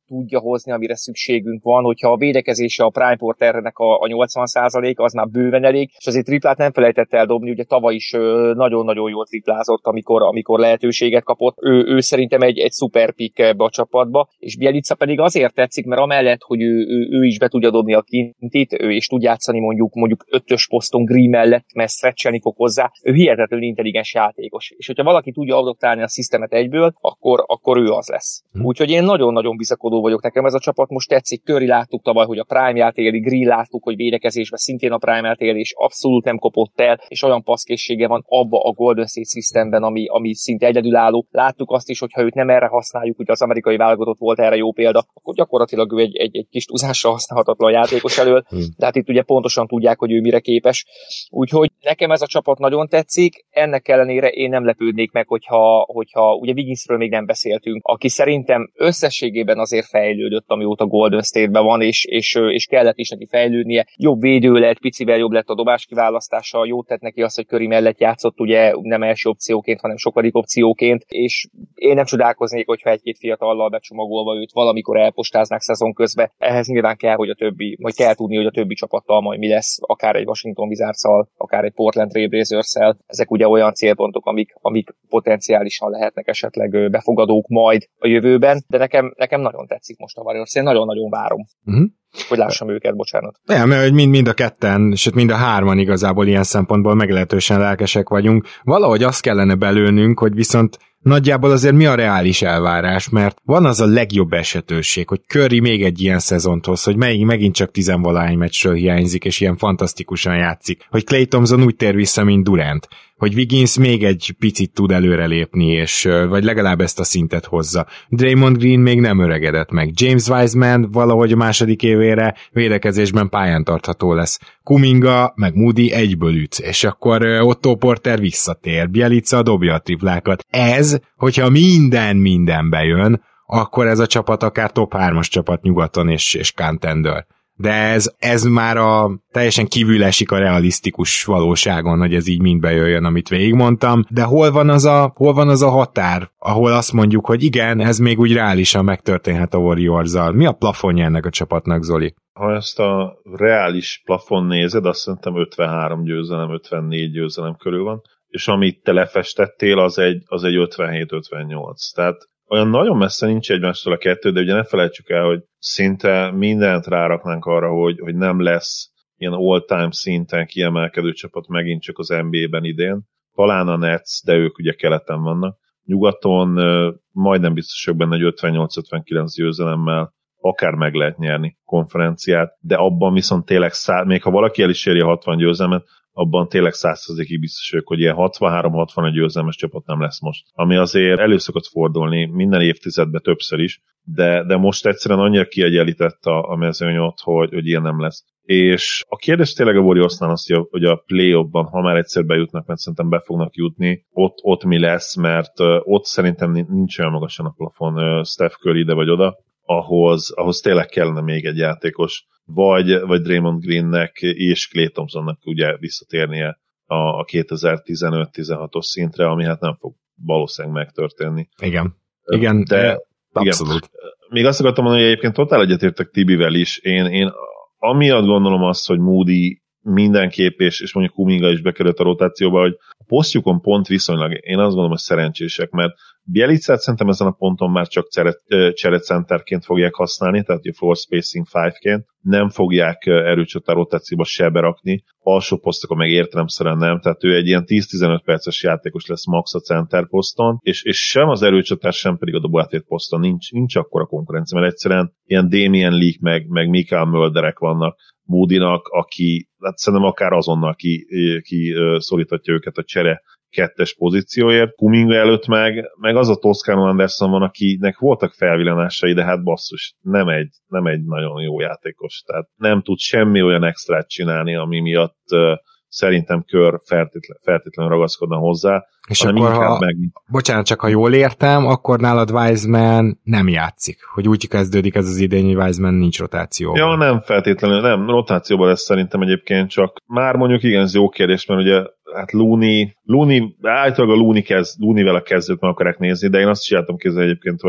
[SPEAKER 5] tudja hozni, amire szükségünk van, hogyha a védekezése a Prime Porternek a, a nyolcvan százalék, az már bőven elég, és azért triplát nem felejtett el dobni, ugye tavaly is nagyon-nagyon jól triplázott, amikor, amikor lehetőséget kapott. Ő, ő szerintem egy, egy szuper pick ebbe a csapatba, és Bjelica pedig azért tetszik, mert amellett, hogy ő, ő, ő is be tudja dobni a kintit, ő is tud játszani mondjuk, mondjuk ötös poszton Green mellett, mert stretchelni fog hozzá, ő hihetetlenül intelligens játékos. És hogyha valaki tudja adoptálni a szisztemet egyből, akkor, akkor ő az lesz. Úgyhogy én nagyon-nagyon bizakodó vagyok, nekem ez a csapat most tetszik. Curry láttuk tavaly, hogy a Prime-ját éli, Green láttuk, hogy védekezésben szintén a Prime-ját éli, és abszolút nem kopott el, és olyan passzkészsége van abba a Golden State Systemben, ami, ami szinte egyedülálló. Láttuk azt is, hogy ha őt nem erre használjuk, ugye az amerikai válogatott volt erre jó példa, akkor gyakorlatilag ő egy, egy, egy kis túlzásra használhatatlan játékos elől, de hát itt ugye pontosan tudják, hogy ő mire képes. Úgyhogy nekem ez a csapat nagyon tetszik, ennek ellenére én nem lepődnék meg, hogyha, hogyha ugye Wigginsről még nem beszéltünk, aki szerintem összességében azért fejlődött, amióta Golden State-ben van, és, és, és kellett is neki fejlődnie. Jobb védő lett, picivel jobb lett a dobás kiválasztása, jót tett neki az, hogy Curry mellett játszott, ugye nem első opcióként, hanem sokadik opcióként, és én nem csodálkoznék, hogyha egy-két fiatallal becsomagolva őt valamikor elpostáznák szezon közben. Ehhez nyilván kell, hogy a többi, vagy kell tudni, hogy a többi csapattal majd mi lesz, akár egy Washington Wizardsszal, akár egy Portland Trail Blazersszel. Ezek ugye olyan célpontok, amik, amik potenciálisan lehetnek esetleg befogadók majd a jövőben, de nekem, nekem nagyon tetszik most a Warriors, én nagyon-nagyon várom. Uh-huh. Hogy lássam őket, bocsánat.
[SPEAKER 3] Nem, mert mind, mind a ketten, sőt mind a hárman igazából ilyen szempontból meglehetősen lelkesek vagyunk. Valahogy azt kellene belőnünk, hogy viszont nagyjából azért mi a reális elvárás, mert van az a legjobb esetőség, hogy Curry még egy ilyen szezont hoz, hogy meg, megint csak tizenvalány meccsről hiányzik, és ilyen fantasztikusan játszik, hogy Klay Thompson úgy tér vissza, mint Durant, hogy Wiggins még egy picit tud előrelépni, és, vagy legalább ezt a szintet hozza. Draymond Green még nem öregedett meg. James Wiseman valahogy a második évére védekezésben pályán tartható lesz. Kuminga meg Moody egyből üt, és akkor Otto Porter visszatér, Bjelica dobja a triplákat. Ez, hogyha minden minden bejön, akkor ez a csapat akár top hármas csapat nyugaton, és, és contender. De ez, ez már a teljesen kívül esik a realisztikus valóságon, hogy ez így mind bejöjjön, amit végigmondtam, de hol van az a, hol van az a határ, ahol azt mondjuk, hogy igen, ez még úgy reálisan megtörténhet a Warriors-zal. Mi a plafonja ennek a csapatnak, Zoli?
[SPEAKER 4] Ha ezt a reális plafon nézed, azt szerintem ötvenhárom győzelem, ötvennégy győzelem körül van, és amit te lefestettél, az egy, az egy ötvenhét ötvennyolc. Tehát olyan nagyon messze nincs egymástól a kettő, de ugye ne felejtsük el, hogy szinte mindent ráraknánk arra, hogy, hogy nem lesz ilyen all-time szinten kiemelkedő csapat megint csak az en bé á-ben idén. Talán a Nets, de ők ugye keleten vannak. Nyugaton majdnem biztos, hogy benne egy ötvennyolc ötvenkilenc győzelemmel akár meg lehet nyerni konferenciát, de abban viszont tényleg, szá- még ha valaki el is éri a hatvan győzelmet, abban tényleg száz százalékig biztos vagyok, hogy ilyen hatvanhárom hatvanegy győzelmes csapat nem lesz most. Ami azért elő szokott fordulni minden évtizedben többször is, de, de most egyszerűen annyira kiegyenlített a, a mezőny ott, hogy, hogy ilyen nem lesz. És a kérdés tényleg a Warriorsnál az, hogy a, hogy a play-offban, ha már egyszer bejutnak, mert szerintem be fognak jutni, ott, ott mi lesz, mert ott szerintem nincs olyan magasan a plafon Steph Curry ide vagy oda, ahhoz, ahhoz tényleg kellene még egy játékos, vagy, vagy Draymond Greennek és Klay Thompsonnak ugye visszatérnie a, a kétezer-tizenöt tizenhatos szintre, ami hát nem fog valószínűleg megtörténni.
[SPEAKER 3] Igen, igen, de abszolút. Igen.
[SPEAKER 4] Még azt akartam mondani, hogy egyébként totál egyetértek Tibivel is. Én, én amiatt gondolom azt, hogy Moody mindenképp, és, és mondjuk Kuminga is bekerült a rotációba, hogy a posztjukon pont viszonylag, én azt gondolom, hogy szerencsések, mert Bjelicát szerintem ezen a ponton már csak cserecenterként fogják használni, tehát a floor spacing five-ként, nem fogják erőcsatá rotációba se berakni, alsó posztokon meg értelemszerűen nem, tehát ő egy ilyen tíz-tizenöt perces játékos lesz max a center poszton, és, és sem az erőcsatás, sem pedig a dobóátét poszton nincs, nincs akkora konkurencia, mert egyszerűen ilyen Damian Leak meg, meg Mikael Mölderek vannak Moodynak, aki hát szerintem akár azonnal ki, ki szoríthatja őket a csere kettes pozícióért. Kuminga előtt meg, meg az a Toscano Anderson van, akinek voltak felvillanásai, de hát basszus, nem egy, nem egy nagyon jó játékos. Tehát nem tud semmi olyan extrát csinálni, ami miatt uh, szerintem Kör feltétlen, feltétlenül ragaszkodna hozzá.
[SPEAKER 3] És akkor, ha, meg... bocsánat, csak ha jól értem, akkor nálad Wiseman nem játszik. Hogy úgy kezdődik ez az idény, hogy Wiseman nincs rotációban.
[SPEAKER 4] Ja, nem feltétlenül, nem. Rotációban lesz szerintem egyébként, csak már mondjuk igen, ez jó kérdés, mert ugye hát Looney, Looney, általában a Looney kezd, Looney-vel a kezdőt meg akarják nézni, de én azt is jártam kézzel egyébként, hogy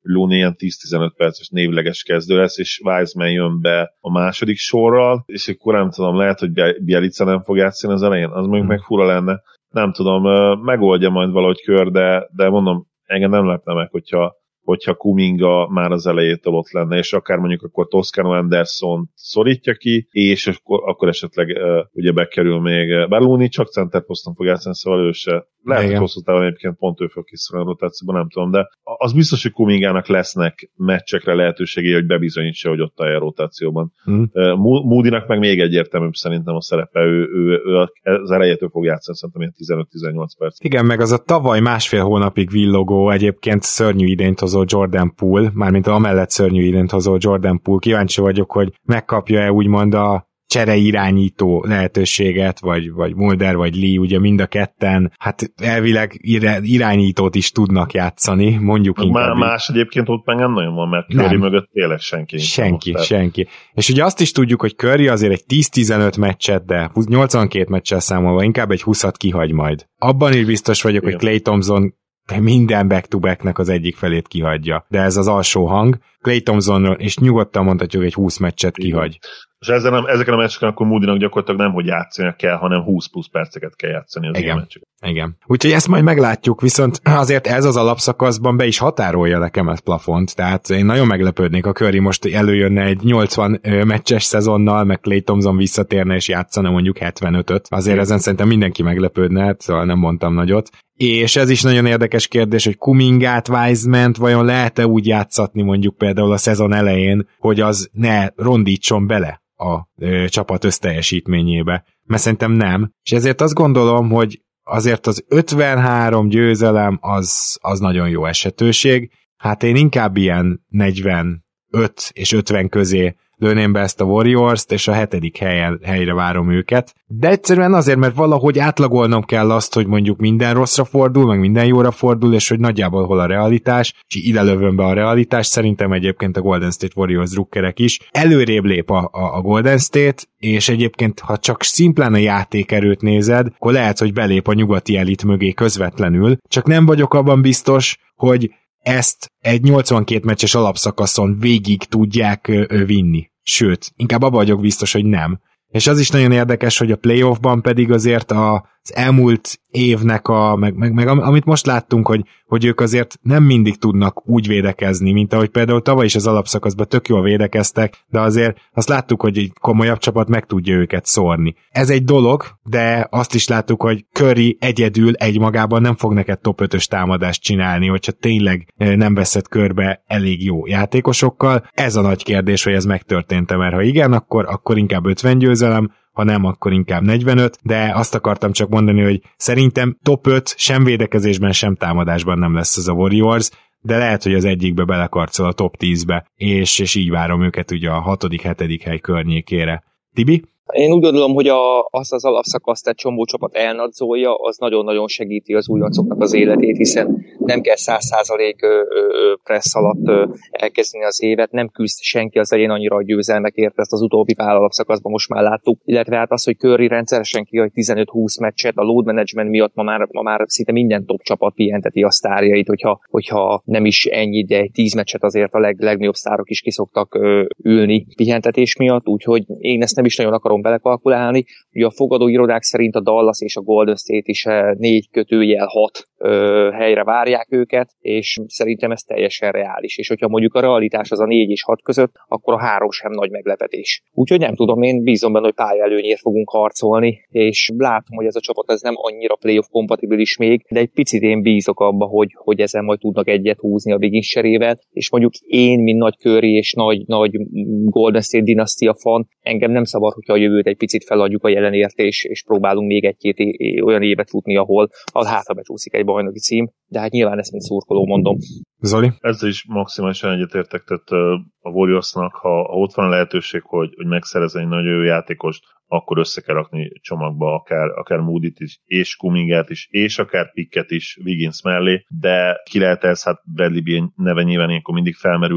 [SPEAKER 4] Looney ilyen tíz-tizenöt perces névleges kezdő lesz, és Wiseman jön be a második sorral, és akkor nem tudom, lehet, hogy Bjelica nem fog játszani az elején, az mondjuk meg fura lenne. Nem tudom, megoldja majd valahogy Kör, de, de mondom, engem nem lepne meg, hogyha hogyha Kuminga már az elejétől ott lenne, és akár mondjuk akkor Toscano Anderson szorítja ki, és akkor, akkor esetleg uh, ugye bekerül még, bár Looney csak center poszton fog játszani, szóval ő se. Lehet, igen, hogy hosszú távon egyébként pont ő fog kiszorulni a rotációban, nem tudom, de az biztos, hogy Kumingának lesznek meccsekre lehetőségei, hogy bebizonyítsa, hogy ott a rotációban. Hmm. Uh, Moodynak meg még egyértelműbb szerintem a szerepe, ő, ő, ő az elejétől fog játszani, szerintem ilyen tizenöt-tizennyolc perc.
[SPEAKER 3] Igen, meg az a tavaly másfél hónapig villogó, egyébként szörnyű idényt hozó Jordan Poole, mármint amellett szörnyű idényt hozó Jordan Poole, kíváncsi vagyok, hogy megkapja-e úgymond a csere irányító lehetőséget, vagy, vagy Mulder, vagy Lee, ugye mind a ketten, hát elvileg irányítót is tudnak játszani, mondjuk inkább.
[SPEAKER 4] Már más egyébként ott meg nem nagyon van, mert Curry nem. mögött tényleg senki.
[SPEAKER 3] Senki, most, senki. És ugye azt is tudjuk, hogy Curry azért egy tíz-tizenöt meccset, de nyolcvankét meccsel számolva inkább egy húszat kihagy majd. Abban is biztos vagyok, igen, hogy Klay Thompson minden back-to-backnek az egyik felét kihagyja. De ez az alsó hang. Klay Thompson, és nyugodtan mondhatjuk, egy húsz meccset kihagy.
[SPEAKER 4] És ezzel nem, ezeken a meccseken akkor Moodynak gyakorlatilag nem, hogy játszani kell, hanem húsz plusz perceket kell játszani az
[SPEAKER 3] igen,
[SPEAKER 4] ilyen meccseken.
[SPEAKER 3] Igen. Úgyhogy ezt majd meglátjuk, viszont azért ez az alapszakaszban be is határolja nekem ezt plafont, tehát én nagyon meglepődnék, a Curry most előjönne egy nyolcvan meccses szezonnal, meg Klay Thompson visszatérne és játszana mondjuk hetvenötöt. Azért igen, ezen szerintem mindenki meglepődne, szóval nem mondtam nagyot. És ez is nagyon érdekes kérdés, hogy Kumingát, Wisemant vajon lehet-e úgy játszatni mondjuk például a szezon elején, hogy az ne rondítson bele a ö, csapat összteljesítményébe. Mert szerintem nem. És ezért azt gondolom, hogy azért az ötvenhárom győzelem az, az nagyon jó esetőség. Hát én inkább ilyen negyvenöt és ötven közé lőném be ezt a Warriors-t, és a hetedik helyen, helyre várom őket. De egyszerűen azért, mert valahogy átlagolnom kell azt, hogy mondjuk minden rosszra fordul, meg minden jóra fordul, és hogy nagyjából hol a realitás, és ide lövöm be a realitás, szerintem egyébként a Golden State Warriors drukkerek is. Előrébb lép a, a, a Golden State, és egyébként, ha csak szimplán a játékerőt nézed, akkor lehet, hogy belép a nyugati elit mögé közvetlenül, csak nem vagyok abban biztos, hogy ezt egy nyolcvankét meccses alapszakaszon végig tudják ö, ö, vinni. Sőt, inkább abban vagyok biztos, hogy nem. És az is nagyon érdekes, hogy a playoffban pedig azért a, az elmúlt évnek a, meg, meg, meg amit most láttunk, hogy, hogy ők azért nem mindig tudnak úgy védekezni, mint ahogy például tavaly is az alapszakaszban tök jól védekeztek, de azért azt láttuk, hogy egy komolyabb csapat meg tudja őket szórni. Ez egy dolog, de azt is láttuk, hogy Curry egyedül egymagában nem fog neked top ötös támadást csinálni, hogyha tényleg nem veszed körbe elég jó játékosokkal. Ez a nagy kérdés, hogy ez megtörtént-e, mert ha igen, akkor, akkor inkább ötven győzelem, ha nem, akkor inkább negyvenöt, de azt akartam csak mondani, hogy szerintem top öt sem védekezésben, sem támadásban nem lesz ez a Warriors, de lehet, hogy az egyikbe belekarcol a top tízbe, és, és így várom őket ugye a hatodik, hetedik hely környékére. Tibi?
[SPEAKER 5] Én úgy gondolom, hogy a, az az alapszakaszt egy csomó csapat elnadzolja, az nagyon-nagyon segíti az újoncoknak az életét, hiszen nem kell száz százalék pressz alatt ö, elkezdeni az évet, nem küzd senki az elején annyira a győzelmekért, ezt az utóbbi pár alapszakaszban most már láttuk, illetve hát az, hogy Curry rendszeresen kihagy tizenöt-húsz meccset, a load management miatt ma már, ma már szinte minden top csapat pihenteti a sztárjait, hogyha, hogyha nem is ennyi, de egy tíz meccset azért a leg, legnagyobb sztárok is kiszoktak ö, ülni pihentetés miatt, úgyhogy én ezt nem is nagyon akarom belekalkulálni. Ugye a fogadóirodák szerint a Dallas és a Golden State is négy kötőjel hat ö, helyre várják őket, és szerintem ez teljesen reális. És hogyha mondjuk a realitás az a négy és hat között, akkor a három sem nagy meglepetés. Úgyhogy nem tudom, én bízom benne, hogy pályaelőnyért fogunk harcolni, és látom, hogy ez a csapat ez nem annyira playoff kompatibilis még, de egy picit én bízok abba, hogy, hogy ezen majd tudnak egyet húzni a Wiggins cserével, és mondjuk én, mint nagy Curry és nagy, nagy Golden State dinasztia fan, engem nem szabad, hogyha a jövőt egy picit feladjuk a jelenért, és, és próbálunk még egy-két é- olyan évet futni, ahol a hátra becsúszik egy bajnoki cím, de hát nyilván ezt mint szurkoló mondom.
[SPEAKER 3] Zoli?
[SPEAKER 4] Ezzel is maximálisan egyetértek, tehát a Warriorsnak, ha, ha ott van a lehetőség, hogy, hogy megszerezzen egy nagyon jó játékost, akkor össze kell rakni csomagba akár, akár Moodyt is, és Kumingát is, és akár Picket is Wiggins mellé, de ki lehet ez, hát Bradley Beal neve nyilván ilyenkor mindig felmerül,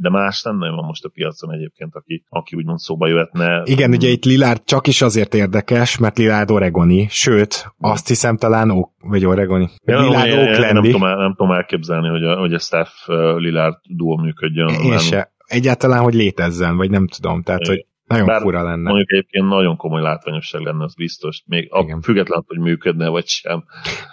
[SPEAKER 4] de más nem nagyon van most a piacon egyébként, aki, aki úgymond szóba jöhetne.
[SPEAKER 3] Igen, ugye itt Lillard csak is azért érdekes, mert Lillard oregoni, sőt, azt hiszem talán ó, vagy oregoni.
[SPEAKER 4] Ja,
[SPEAKER 3] Lillard
[SPEAKER 4] nem, nem, nem, tudom, nem tudom elképzelni, hogy a, hogy a Steph Lillard duo működjön.
[SPEAKER 3] Én se. Egyáltalán, hogy létezzen, vagy nem tudom, tehát, hogy nagyon Bár fura lenne.
[SPEAKER 4] Mondjuk egyébként nagyon komoly látványosság lenne, az biztos. Még a, függetlenül, hogy működne, vagy sem.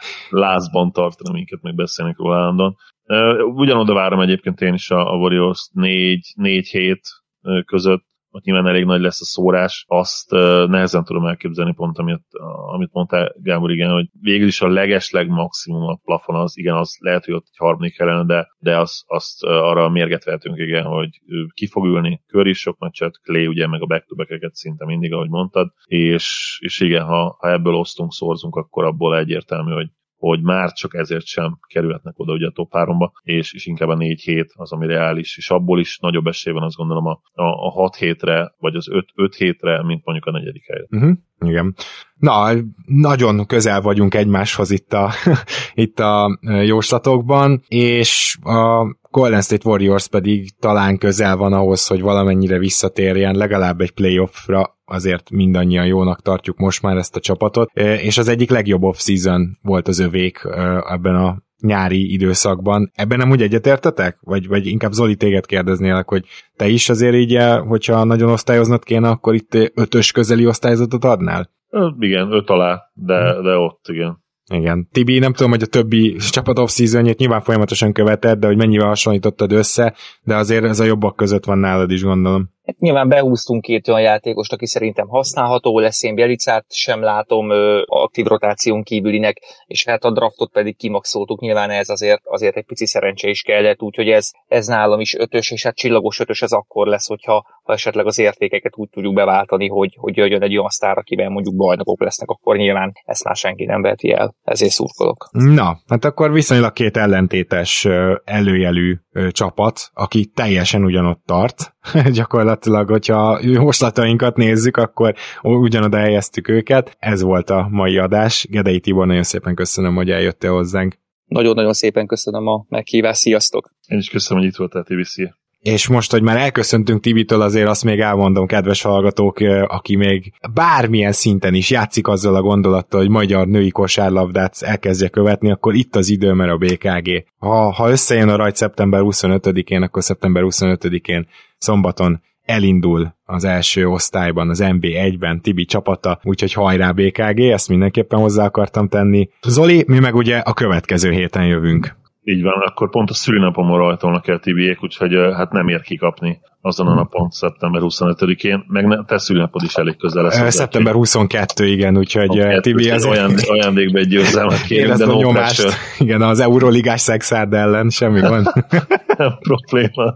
[SPEAKER 4] Lázban tartana minket, még beszélnek róla állandóan. Ugyanoda várom egyébként én is a, a Warriors négy hét között, ott nyilván elég nagy lesz a szórás, azt nehezen tudom elképzelni pont, amit, amit mondtál Gábor, igen, hogy végül is a legesleg maximum a plafon az, igen, az lehet, hogy ott egy harmadik kellene, de, de az, azt arra mérget vehetünk, igen, hogy ki fog ülni, Curry is sok meccset, Clay ugye, meg a back-to-back-eket szinte mindig, ahogy mondtad, és, és igen, ha, ha ebből osztunk, szorzunk, akkor abból egyértelmű, hogy hogy már csak ezért sem kerülhetnek oda ugye a top háromba, és, és inkább a négy hét az, ami reális, és abból is nagyobb esély van, azt gondolom a, a, a hat hétre, vagy az öt hétre, mint mondjuk a negyedik helyre.
[SPEAKER 3] Uh-huh. Igen. Na, nagyon közel vagyunk egymáshoz itt a, itt a jóslatokban, és a Golden State Warriors pedig talán közel van ahhoz, hogy valamennyire visszatérjen, legalább egy playoffra, azért mindannyian jónak tartjuk most már ezt a csapatot, és az egyik legjobb off-season volt az övék ebben a nyári időszakban. Ebben nem úgy egyetértetek? Vagy, vagy inkább Zoli, téged kérdeznélek, hogy te is azért így, hogyha nagyon osztályoznod kéne, akkor itt ötös közeli osztályzatot adnál?
[SPEAKER 4] Igen, öt alá, de, de ott, igen.
[SPEAKER 3] Igen. Tibi, nem tudom, hogy a többi csapat off-seasonjét nyilván folyamatosan követed, de hogy mennyivel hasonlítottad össze, de azért ez a jobbak között van nálad is, gondolom.
[SPEAKER 5] Hát nyilván behúztunk két olyan játékost, aki szerintem használható lesz, én Bjelicát sem látom ö, aktív rotáción kívülinek, és hát a draftot pedig kimaxoltuk, nyilván ez azért, azért egy pici szerencse is kellett, úgyhogy ez, ez nálam is ötös, és hát csillagos ötös ez akkor lesz, hogyha ha esetleg az értékeket úgy tudjuk beváltani, hogy, hogy jöjjön egy olyan sztár, akivel mondjuk bajnokok lesznek, akkor nyilván ezt már senki nem veheti el, ezért szurkolok.
[SPEAKER 3] Na, hát akkor viszonylag két ellentétes előjelű csapat, aki teljesen ugyanott tart, gyakorlatilag, hogyha jóslatainkat nézzük, akkor ugyanoda helyeztük őket. Ez volt a mai adás. Gedei Tibor, nagyon szépen köszönöm, hogy eljöttél hozzánk.
[SPEAKER 5] Nagyon-nagyon szépen köszönöm a meghívást, sziasztok!
[SPEAKER 4] Én is köszönöm, hogy itt voltál, Tibi, szia!
[SPEAKER 3] És most, hogy már elköszöntünk Tibitől, azért azt még elmondom, kedves hallgatók, aki még bármilyen szinten is játszik azzal a gondolattal, hogy magyar női kosárlabdát elkezdje követni, akkor itt az idő, mert a bé ká gé. Ha, ha összejön a rajt szeptember huszonötödikén, akkor szeptember huszonötödikén szombaton elindul az első osztályban, az en bé egyben Tibi csapata, úgyhogy hajrá bé ká gé, ezt mindenképpen hozzá akartam tenni. Zoli, mi meg ugye a következő héten jövünk.
[SPEAKER 4] Így van, akkor pont a szülinapomon rajtolnak el Tibiék, úgyhogy hát nem ér kikapni azon a napon, szeptember huszonötödikén, meg ne, te szülinapod is elég közel lesz.
[SPEAKER 3] szeptember huszonkettő, igen, úgyhogy okay, Tibi
[SPEAKER 4] az... Ajándék, ajándékbe egy győzelmet kérünk,
[SPEAKER 3] de no nyomást. Igen, az Euroligás Szexárd ellen, semmi van.
[SPEAKER 4] Nem probléma.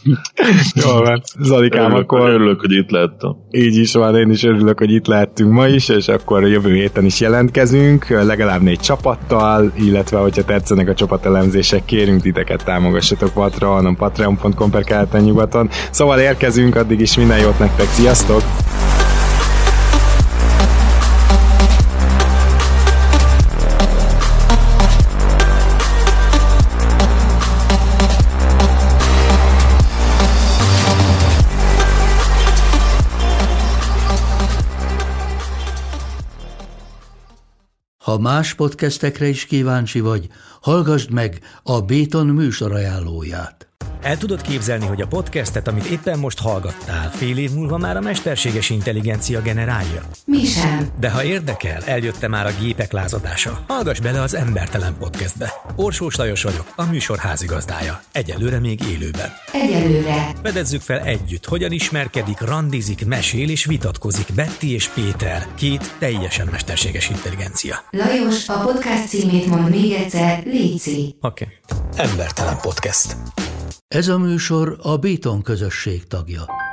[SPEAKER 3] Jól van, Zolikám,
[SPEAKER 4] örülök,
[SPEAKER 3] akkor...
[SPEAKER 4] Örülök, hogy itt lehettem.
[SPEAKER 3] Így is van, én is örülök, hogy itt lehettünk ma is, és akkor a jövő héten is jelentkezünk, legalább négy csapattal, illetve, hogyha tetszenek a csapatelemzések, kérünk titeket, támogassatok Patreonon, patreon pont com per keleten nyugaton. Szóval érkezünk, addig is minden jót nektek, sziasztok!
[SPEAKER 6] Ha más podcastekre is kíváncsi vagy, hallgassd meg a Béton műsor ajánlóját.
[SPEAKER 7] El tudod képzelni, hogy a podcastet, amit éppen most hallgattál, fél év múlva már a mesterséges intelligencia generálja?
[SPEAKER 8] Mi sem.
[SPEAKER 7] De ha érdekel, eljött már a gépek lázadása. Hallgass bele az Embertelen Podcastbe. Orsós Lajos vagyok, a műsor házigazdája. Egyelőre még élőben.
[SPEAKER 8] Egyelőre.
[SPEAKER 7] Fedezzük fel együtt, hogyan ismerkedik, randizik, mesél és vitatkozik Betty és Péter, két teljesen mesterséges intelligencia.
[SPEAKER 8] Lajos, a podcast címét mond még egyszer, léci.
[SPEAKER 7] Oké. Okay. Embertelen Podcast.
[SPEAKER 6] Ez a műsor a Béton közösség tagja.